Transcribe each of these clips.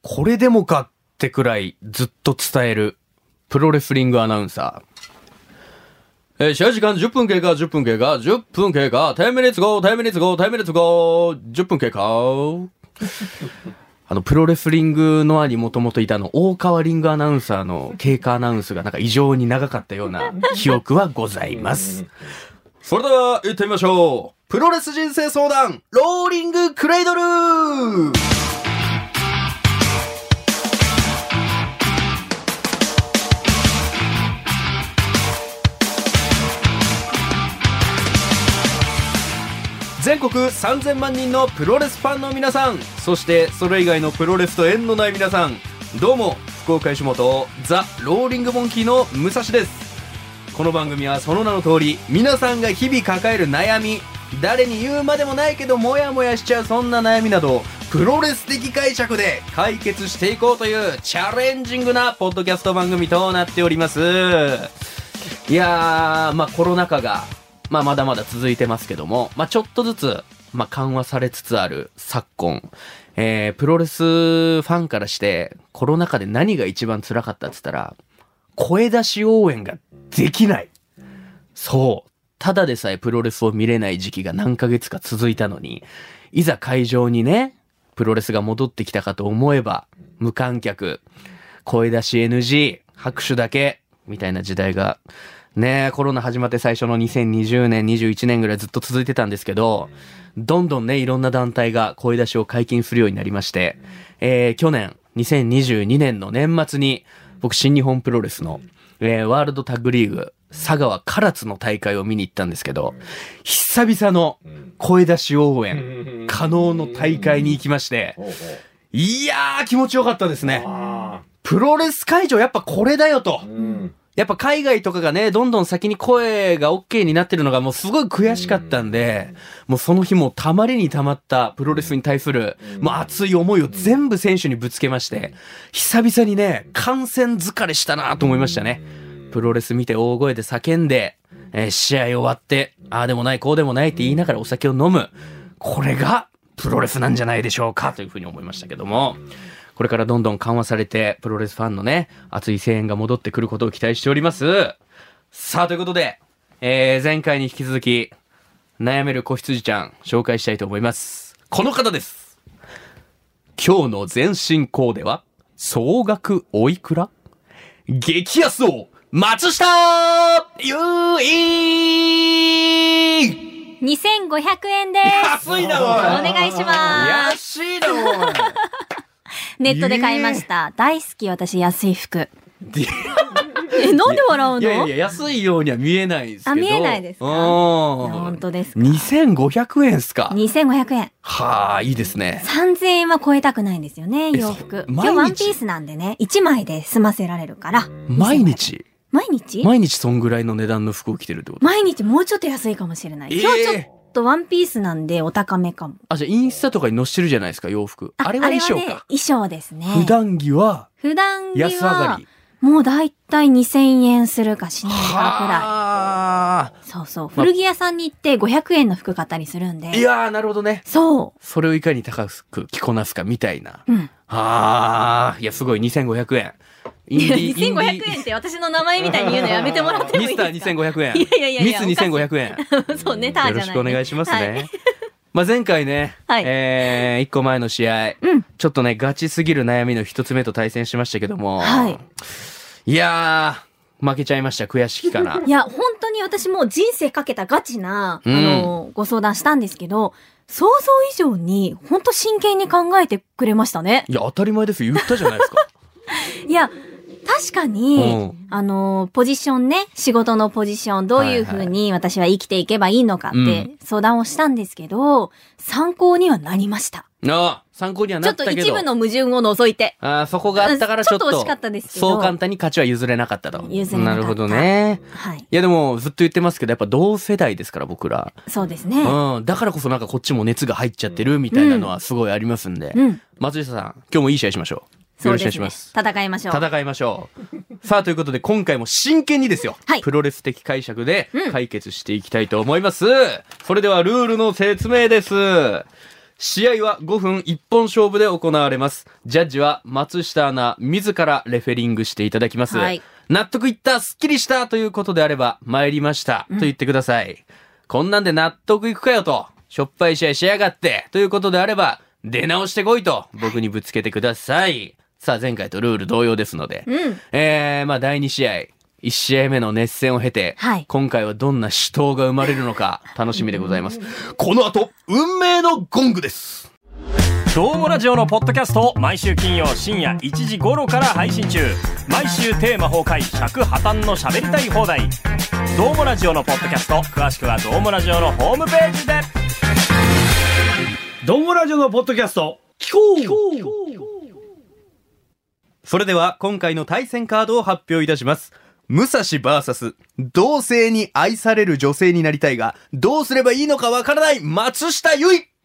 これでもかってくらいずっと伝えるプロレスリングアナウンサー。試合時間10分経過、10分経過、10分経過、10 minutes go、10 minutes go、10 minutes go、10分経過。プロレスリングノアにもともといた大川リングアナウンサーの経過アナウンスがなんか異常に長かったような記憶はございます。それでは行ってみましょう。プロレス人生相談、ローリングクレイドル。全国3000万人のプロレスファンの皆さん、そしてそれ以外のプロレスと縁のない皆さん、どうも福岡吉本ザ・ローリングモンキーの武蔵です。この番組はその名の通り、皆さんが日々抱える悩み、誰に言うまでもないけどモヤモヤしちゃうそんな悩みなど、プロレス的解釈で解決していこうというチャレンジングなポッドキャスト番組となっております。いやー、コロナ禍がまだまだ続いてますけども、ちょっとずつ、緩和されつつある昨今、プロレスファンからして、コロナ禍で何が一番辛かったって言ったら、声出し応援ができない。そう。ただでさえプロレスを見れない時期が何ヶ月か続いたのに、いざ会場にね、プロレスが戻ってきたかと思えば、無観客、声出し NG、拍手だけ、みたいな時代が、ねえ、コロナ始まって最初の2020年、21年ぐらいずっと続いてたんですけど、どんどんね、いろんな団体が声出しを解禁するようになりまして、去年、2022年の年末に、僕、新日本プロレスの、ワールドタッグリーグ、佐川唐津の大会を見に行ったんですけど、久々の声出し応援可能の大会に行きまして、いやー、気持ちよかったですね。プロレス会場やっぱこれだよと。やっぱ海外とかがね、どんどん先に声が OK になってるのがもうすごい悔しかったんで、もうその日もたまりにたまったプロレスに対する、もう熱い思いを全部選手にぶつけまして、久々にね、観戦疲れしたなと思いましたね。プロレス見て大声で叫んで、試合終わって、ああでもないこうでもないって言いながらお酒を飲む。これがプロレスなんじゃないでしょうかというふうに思いましたけども、これからどんどん緩和されて、プロレスファンのね、熱い声援が戻ってくることを期待しております。さあ、ということで、前回に引き続き、悩める子羊ちゃん、紹介したいと思います。この方です。今日の全身コーデは、総額おいくら？激安王、松下優衣 2500円です。 安いな、おい。 お願いします。 安いな、おい。 ネットで買いました。大好き、私、安い服。なんで笑うの？ いやいや、安いようには見えないですけど。 あ、見えないですか？本当ですか ？2500円っすか ？2500円。 はあ、いいですね。 3000円は超えたくないんですよね、洋服。今日ワンピースなんでね、1枚で済ませられるから。 毎日そんぐらいの値段の服を着てるってこと？ 毎日もうちょっと安いかもしれない。今日ちょっとワンピースなんでお高めかも。 あ、じゃあインスタとかに載せてるじゃないですか、洋服。あれは衣装か。 ね、衣装ですね。 普段着は安上がり。 もうだいたい2000円するかしないかくらい。そうそう。古着屋さんに行って500円の服買ったりするんで。 いやー、なるほどね。 そう。 それをいかに高く着こなすかみたいな。 うん。 いや、すごい、2500円。 2500円って私の名前みたいに言うのやめてもらってもいいですか？ ミスター2500円。 いやいやミス2500円。 そうね、ターじゃない、ね。 よろしくお願いしますね。はい、前回ね、はい、1個前の試合、ちょっとね、ガチすぎる悩みの一つ目と対戦しましたけども、 はい。 いやー、負けちゃいました。悔しきかな。 いや、本当に私も人生かけたガチな、ご相談したんですけど、想像以上に、本当真剣に考えてくれましたね。 いや、当たり前です。言ったじゃないですか。 いや、確かに、ポジションね、仕事のポジション、どういう風に私は生きていけばいいのかって相談をしたんですけど、参考にはなりました。 参考にはなったけど。 ちょっと一部の矛盾を除いて。 そこがあったからちょっと。 惜しかったですけど。 そう簡単に勝ちは譲れなかったと。 譲れなかった。 なるほどね。 はい。 いやでもずっと言ってますけど、やっぱ同世代ですから僕ら。 そうですね。 だからこそなんかこっちも熱が入っちゃってるみたいなのはすごいありますんで。松下さん、今日もいい試合しましょう。よろしくお願いします。 戦いましょう。 戦いましょう。さあ、ということで今回も真剣にですよ。 はい、 プロレス的解釈で解決していきたいと思います。それではルールの説明です。 試合は5分1本勝負で行われます。ジャッジは松下アナ自らレフェリングしていただきます。納得いった、すっきりしたということであれば、参りましたと言ってください。こんなんで納得いくかよと、しょっぱい試合しやがってということであれば、出直してこいと僕にぶつけてください。さあ前回とルール同様ですので、第2試合、1試合目の熱戦を経て、今回はどんな死闘が生まれるのか楽しみでございます。この後、運命のゴングです。 どうもラジオのポッドキャストを毎週金曜深夜1時頃から配信中。毎週テーマ崩壊、尺破綻の喋りたい放題。どうもラジオのポッドキャスト、詳しくはどうもラジオのホームページで。 どうもラジオのポッドキャスト、聞こう。 それでは今回の対戦カードを発表いたします。武蔵 VS 同性に愛される女性になりたいがどうすればいいのかわからない松下由衣。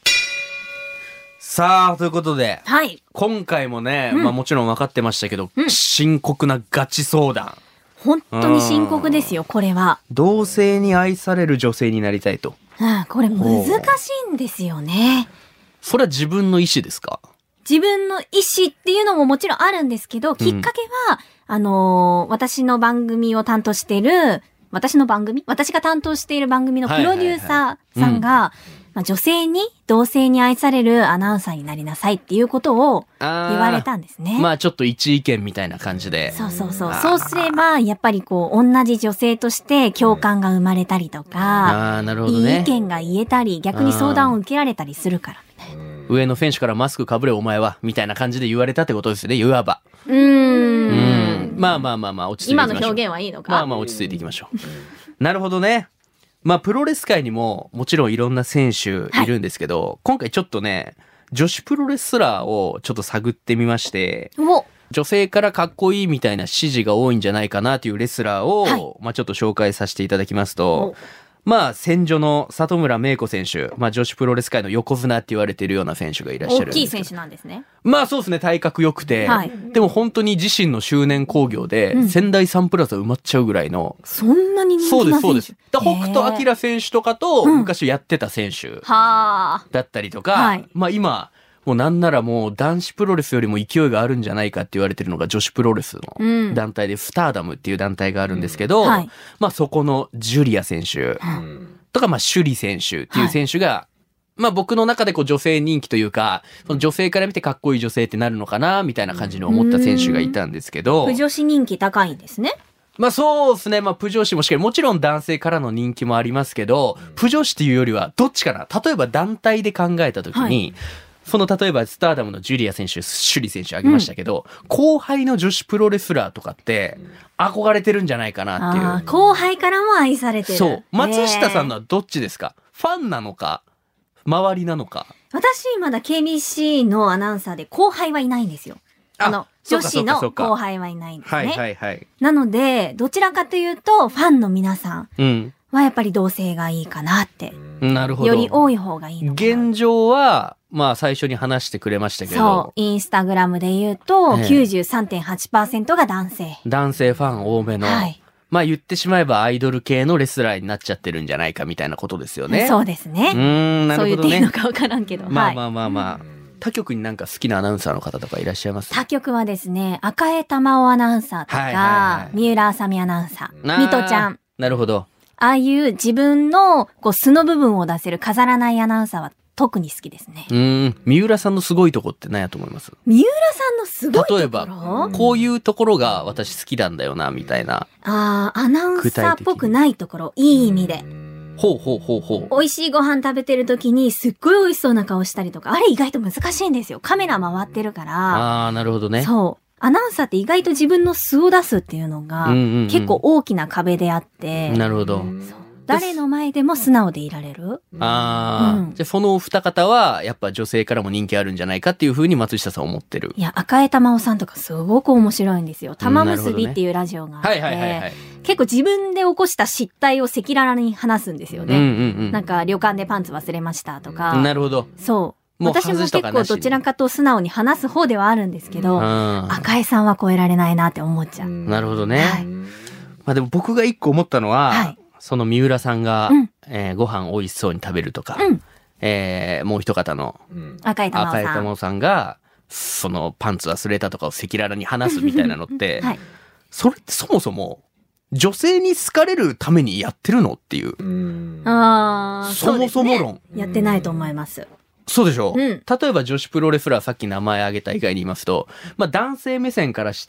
さあということで、今回もね、もちろん分かってましたけど、深刻なガチ相談。 本当に深刻ですよ、これは。 同性に愛される女性になりたいと。 これ難しいんですよね。 それは自分の意思ですか？ 自分の意思っていうのももちろんあるんですけど、きっかけは、私の番組を担当している、私が担当している番組のプロデューサーさんが、女性に同性に愛されるアナウンサーになりなさいっていうことを言われたんですね。 ちょっと一意見みたいな感じで。 そう。そうすれば、やっぱり同じ女性として共感が生まれたりとか、 なるほどね、 いい意見が言えたり、逆に相談を受けられたりするから。 上の選手からマスクかぶれお前はみたいな感じで言われたってことですね、いわば。落ち着いていきましょう。 今の表現はいいのか。 落ち着いていきましょう。なるほどね。プロレス界にももちろんいろんな選手いるんですけど、今回ちょっとね、女子プロレスラーをちょっと探ってみまして、女性からかっこいいみたいな支持が多いんじゃないかなというレスラーを、ちょっと紹介させていただきますと、戦場の里村芽衣子選手、女子プロレス界の横綱って言われているような選手がいらっしゃるんですけど。 大きい選手なんですね。 そうですね、体格良くて、でも本当に自身の周年興行で、仙台サンプラザ埋まっちゃうぐらいの。 そんなに人気な選手。 そうです。北斗晶選手とかと昔やってた選手だったりとか、今、もうなんならもう男子プロレスよりも勢いがあるんじゃないかって言われてるのが女子プロレスの団体でスターダムっていう団体があるんですけど、そこのジュリア選手とか、シュリ選手っていう選手が、僕の中で女性人気というか、その女性から見てかっこいい女性ってなるのかなみたいな感じに思った選手がいたんですけど。 プ女子人気高いんですね。 そうですね。プ女子もしっかり、もちろん男性からの人気もありますけど、プ女子っていうよりはどっちかな。例えば団体で考えたときに、例えばスターダムのジュリア選手、シュリ選手挙げましたけど、後輩の女子プロレスラーとかって憧れてるんじゃないかなっていう。 後輩からも愛されてる。 そう。松下さんのはどっちですか？ファンなのか周りなのか。 私まだ KBC のアナウンサーで後輩はいないんですよ。女子の後輩はいないんですね。なので、どちらかというと、ファンの皆さんはやっぱり同性がいいかなって。 なるほど。 より多い方がいいのかな。 現状は、最初に話してくれましたけど。 そう。インスタグラムで言うと、93.8% が男性。 男性ファン多めの。言ってしまえばアイドル系のレスラーになっちゃってるんじゃないかみたいなことですよね。 そうですね。 なるほどね。 そう言っていいのかわからんけど。 他局になんか好きなアナウンサーの方とかいらっしゃいます？ 他局はですね、赤江玉緒アナウンサーとか、三浦あさみアナウンサー、ミトちゃん。 なるほど。 ああいう自分の素の部分を出せる飾らないアナウンサーは特に好きですね。 三浦さんのすごいとこって何やと思います？ 三浦さんのすごいところ？ 例えば、こういうところが私好きなんだよな、みたいな。 アナウンサーっぽくないところ、いい意味で。美味しいご飯食べてる時にすっごい美味しそうな顔したりとか、あれ意外と難しいんですよ。カメラ回ってるから。 なるほどね。 そう。アナウンサーって意外と自分の素を出すっていうのが結構大きな壁であって。 なるほど。 誰の前でも素直でいられる。 じゃあそのお二方はやっぱ女性からも人気あるんじゃないかっていうふうに松下さん思ってる。 いや、赤江玉緒さんとかすごく面白いんですよ。玉結びっていうラジオがあって、結構自分で起こした失態を赤裸々に話すんですよね。なんか旅館でパンツ忘れましたとか。 なるほど。 そう。私も結構どちらかと素直に話す方ではあるんですけど、赤江さんは超えられないなって思っちゃう。 なるほどね。でも僕が一個思ったのは、その三浦さんが、ご飯美味しそうに食べるとか、 もう一方の赤井玉緒さん。 赤井玉緒さんが、そのパンツ忘れたとかを赤裸々に話すみたいなのって、 はい。 それってそもそも女性に好かれるためにやってるのっていう。 ああ、 そもそも論。 そうですね。やってないと思います。 そうでしょう、 うん例えば女子プロレスラーさっき名前挙げた以外に言いますと、まあ男性目線からして、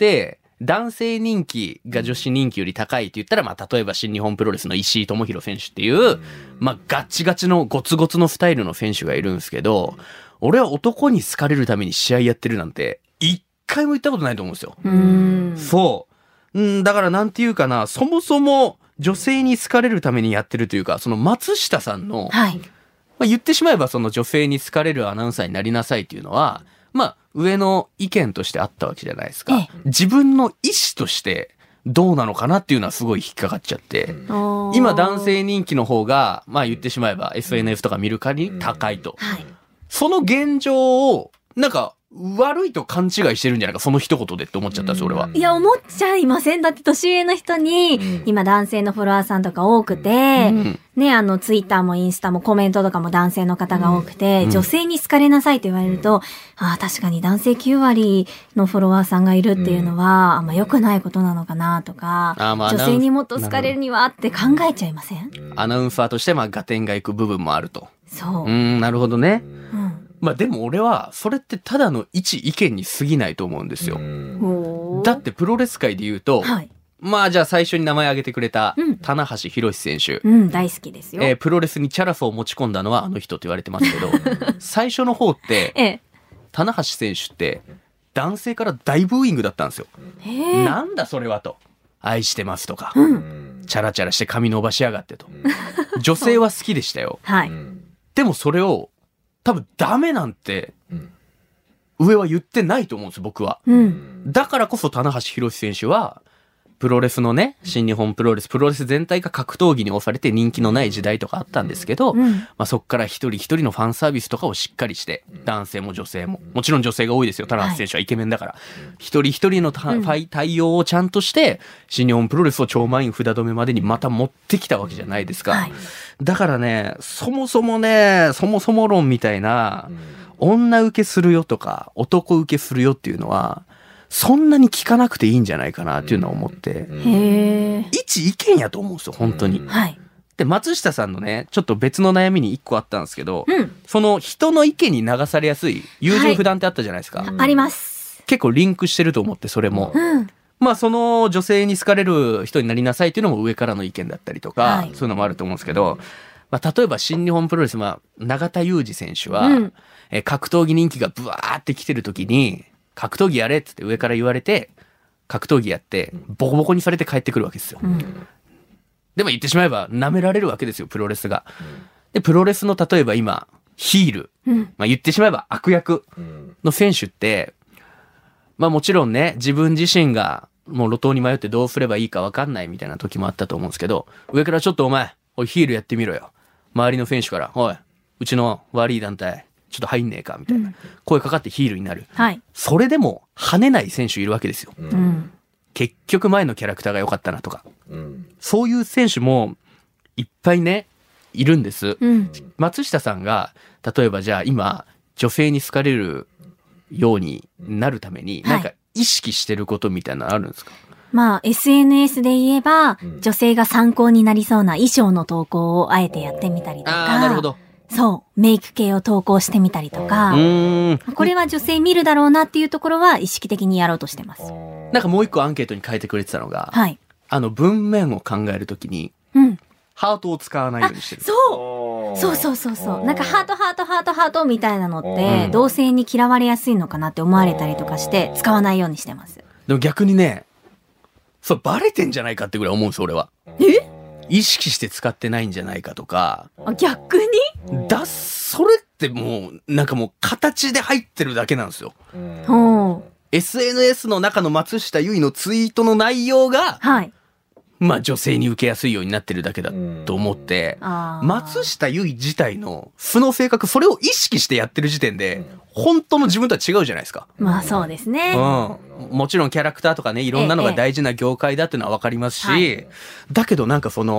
男性人気が女子人気より高いって言ったら、まあ例えば新日本プロレスの石井智弘選手っていう、まあガッチガチのゴツゴツのスタイルの選手がいるんですけど、俺は男に好かれるために試合やってるなんて、一回も言ったことないと思うんですよ。そう。だからなんていうかな、そもそも女性に好かれるためにやってるというか、その松下さんの、 はい。 まあ、言ってしまえばその女性に好かれるアナウンサーになりなさいっていうのは、まあ上の意見としてあったわけじゃないですか。 ええ自分の意思としてどうなのかなっていうのはすごい引っかかっちゃって。今男性人気の方が、まあ言ってしまえば SNS とか見る限り高いと。 はい。 その現状を、なんか悪いと勘違いしてるんじゃないか、その一言でって思っちゃったんです、俺は。 いや、思っちゃいません。だって年上の人に、今男性のフォロワーさんとか多くて、 んね、ツイッターもインスタもコメントとかも男性の方が多くて、女性に好かれなさいと言われると、ああ、確かに男性9割のフォロワーさんがいるっていうのは、あんま良くないことなのかなとか、 まあ女性にもっと好かれるにはって考えちゃいません？ アナウンサーとしてまあ合点がいく部分もあると。 そう。 なるほどね。 うんまあでも俺は、それってただの一意見に過ぎないと思うんですよ。 おーだってプロレス界で言うと、 はい。 まあじゃあ最初に名前挙げてくれたうん、 棚橋宏選手。 うん、大好きですよ。 プロレスにチャラさを持ち込んだのはあの人と言われてますけど、最初の方って、 ええ。 棚橋選手って、男性から大ブーイングだったんですよ。 へえ。 なんだそれはと。愛してますとか、チャラチャラして髪伸ばしやがってと。女性は好きでしたよ。 はい。 でもそれを、多分ダメなんて、上は言ってないと思うんですよ、僕は。 うん。 だからこそ棚橋宏選手は、プロレスのね、新日本プロレス全体が格闘技に押されて人気のない時代とかあったんですけど、 うんまあそっから一人一人のファンサービスとかをしっかりして、男性も女性も、もちろん女性が多いですよ、棚橋選手はイケメンだから。一人一人の対応をちゃんとして、新日本プロレスを超満員札止めまでにまた持ってきたわけじゃないですか。 はいだからね、そもそも論みたいな、女受けするよとか、男受けするよっていうのは、そんなに聞かなくていいんじゃないかなっていうのは思って、 へえ。 一意見やと思うんですよ、本当に。 はい。 で、松下さんのね、ちょっと別の悩みに一個あったんですけど、 うん。 その人の意見に流されやすい優柔不断ってあったじゃないですか。 あります。 結構リンクしてると思って、それも。 うん。 まあその女性に好かれる人になりなさいっていうのも上からの意見だったりとか、 はいそういうのもあると思うんですけど、まあ例えば新日本プロレス、まあ永田裕二選手は、 うん格闘技人気がブワーって来てる時に、格闘技やれって上から言われて、格闘技やってボコボコにされて帰ってくるわけですよ。 うん。 でも言ってしまえば舐められるわけですよ、プロレスが。で、プロレスの例えば今、ヒール。 うん。 まあ言ってしまえば悪役の選手って、まあもちろんね、自分自身がもう路頭に迷ってどうすればいいか分かんないみたいな時もあったと思うんですけど、上からちょっとお前、おいヒールやってみろよ。周りの選手から、おい、うちの悪い団体、ちょっと入んねえかみたいな。声かかってヒールになる。 はい。 それでも跳ねない選手いるわけですよ。 うん。 結局前のキャラクターが良かったなとか。そういう選手もいっぱいね、いるんです。 うん。 松下さんが、例えばじゃあ今、女性に好かれるようになるために、 はいなんか意識してることみたいなのあるんですか？ まあ、SNS で言えば、女性が参考になりそうな衣装の投稿をあえてやってみたりとか。 ああ、なるほど。 そう。メイク系を投稿してみたりとか。これは女性見るだろうなっていうところは意識的にやろうとしてます。 なんかもう一個アンケートに書いてくれてたのが、 はい。 文面を考えるときに、 うん。 ハートを使わないようにしてる。 そう。なんかハートみたいなのって、同性に嫌われやすいのかなって思われたりとかして、使わないようにしてます。 でも逆にね、そうバレてんじゃないかってぐらい思うんですよ、俺は。意識して使ってないんじゃないかとか、 あ、逆に？ それってもう、なんかもう形で入ってるだけなんですよ。 ほう。 SNS の中の松下優衣のツイートの内容が、 はい。 まあ女性に受けやすいようになってるだけだと思って、 あー松下優衣自体の素の性格、それを意識してやってる時点で、本当の自分とは違うじゃないですか。 まあそうですね。 うん。もちろんキャラクターとかね、いろんなのが大事な業界だっていうのはわかりますし、 はいだけどなんかその、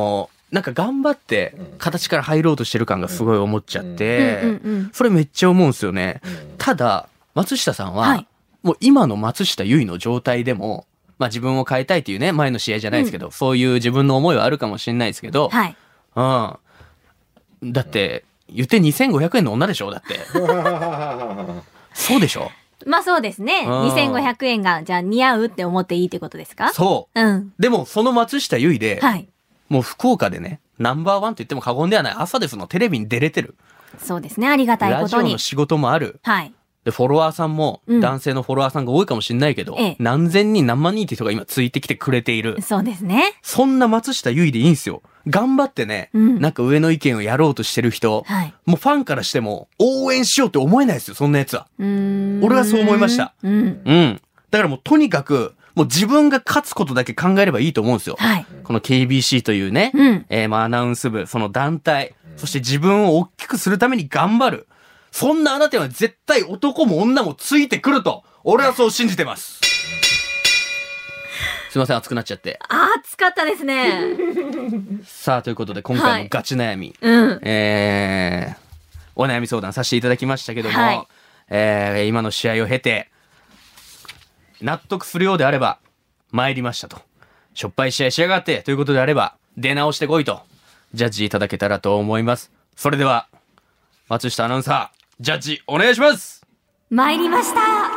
なんか頑張って形から入ろうとしてる感がすごい思っちゃって、それめっちゃ思うんですよね。ただ松下さんはもう今の松下優衣の状態でも、まあ自分を変えたいっていうね、前の試合じゃないですけど、そういう自分の思いはあるかもしれないですけど、だって言って2500円の女でしょ、だってそうでしょ。 まあそうですね。2500円がじゃあ似合うって思っていいってことですか？ そう。でもその松下優衣で、もう福岡でね、ナンバーワンと言っても過言ではない朝ですのテレビに出れてる。 そうですね。ありがたいことに。 ラジオの仕事もある。で、フォロワーさんも、男性のフォロワーさんが多いかもしれないけど、何千人何万人って人が今ついてきてくれている。 そうですね。 そんな松下優衣でいいんですよ。頑張ってね、なんか上の意見をやろうとしてる人、もうファンからしても応援しようって思えないですよ、そんなやつは。俺はそう思いました。だからもうとにかく、もう自分が勝つことだけ考えればいいと思うんですよ。この KBC というね、まあアナウンス部、その団体、そして自分を大きくするために頑張る。そんなあなたには絶対男も女もついてくると、俺はそう信じてます。すいません、熱くなっちゃって。 熱かったですね。 さあ、ということで今回のガチ悩み、お悩み相談させていただきましたけども、今の試合を経て、納得するようであれば、参りましたと。しょっぱい試合しやがってということであれば、出直してこいと、ジャッジいただけたらと思います。それでは、松下アナウンサー、ジャッジお願いします。 参りました。これはね、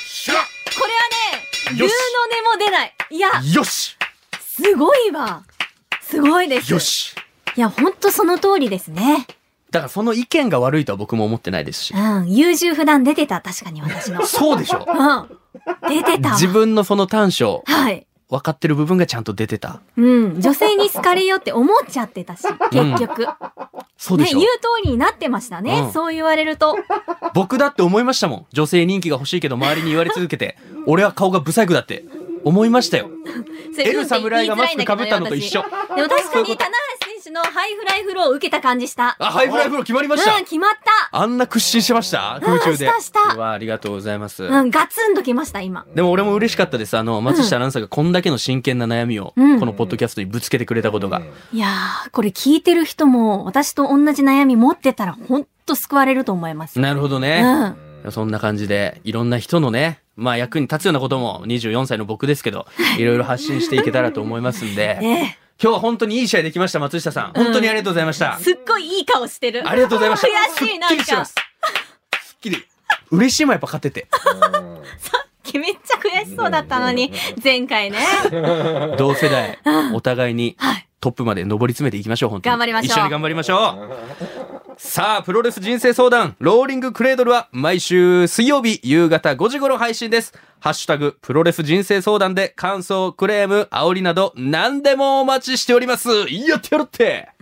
グーの音も出ない。いや、 よし、 すごいわ。すごいです。 よし。 いや、ほんとその通りですね。 だからその意見が悪いとは僕も思ってないですし。 優柔不断出てた、確かに私の。 そうでしょ。 出てた。 自分のその短所。分かってる部分がちゃんと出てた。 女性に好かれよって思っちゃってたし、結局。 そうでしょ。 言う通りになってましたね。そう言われると。 僕だって思いましたもん。女性人気が欲しいけど周りに言われ続けて、俺は顔がブサイクだって思いましたよ。エル侍がマスク被ったのと一緒。 でも確かに棚橋選手のハイフライフローを受けた感じした。 ハイフライフロー決まりました。 決まった。 あんな屈伸してました空中で。 した。 わあ、ありがとうございます。 ガツンときました今。 でも俺も嬉しかったです。松下アナウンサーがこんだけの真剣な悩みをこのポッドキャストにぶつけてくれたことが。 いやー、これ聞いてる人も私と同じ悩み持ってたらほんと救われると思います。 なるほどね。そんな感じでいろんな人のね、まあ役に立つようなことも24歳の僕ですけど、いろいろ発信していけたらと思いますんで、今日は本当にいい試合できました。松下さん、本当にありがとうございました。 すっごいいい顔してる。 ありがとうございました。 悔しい。なんかすっきり嬉しいもん、やっぱ勝てて。 さっきめっちゃ悔しそうだったのに、前回ね。 同世代お互いにトップまで上り詰めていきましょう。本当に頑張りましょう。 一緒に頑張りましょう。さあ、プロレス人生相談ローリングクレードルは毎週水曜日夕方5時頃配信です。ハッシュタグプロレス人生相談で感想、クレーム、煽りなど何でもお待ちしております。やってやるって。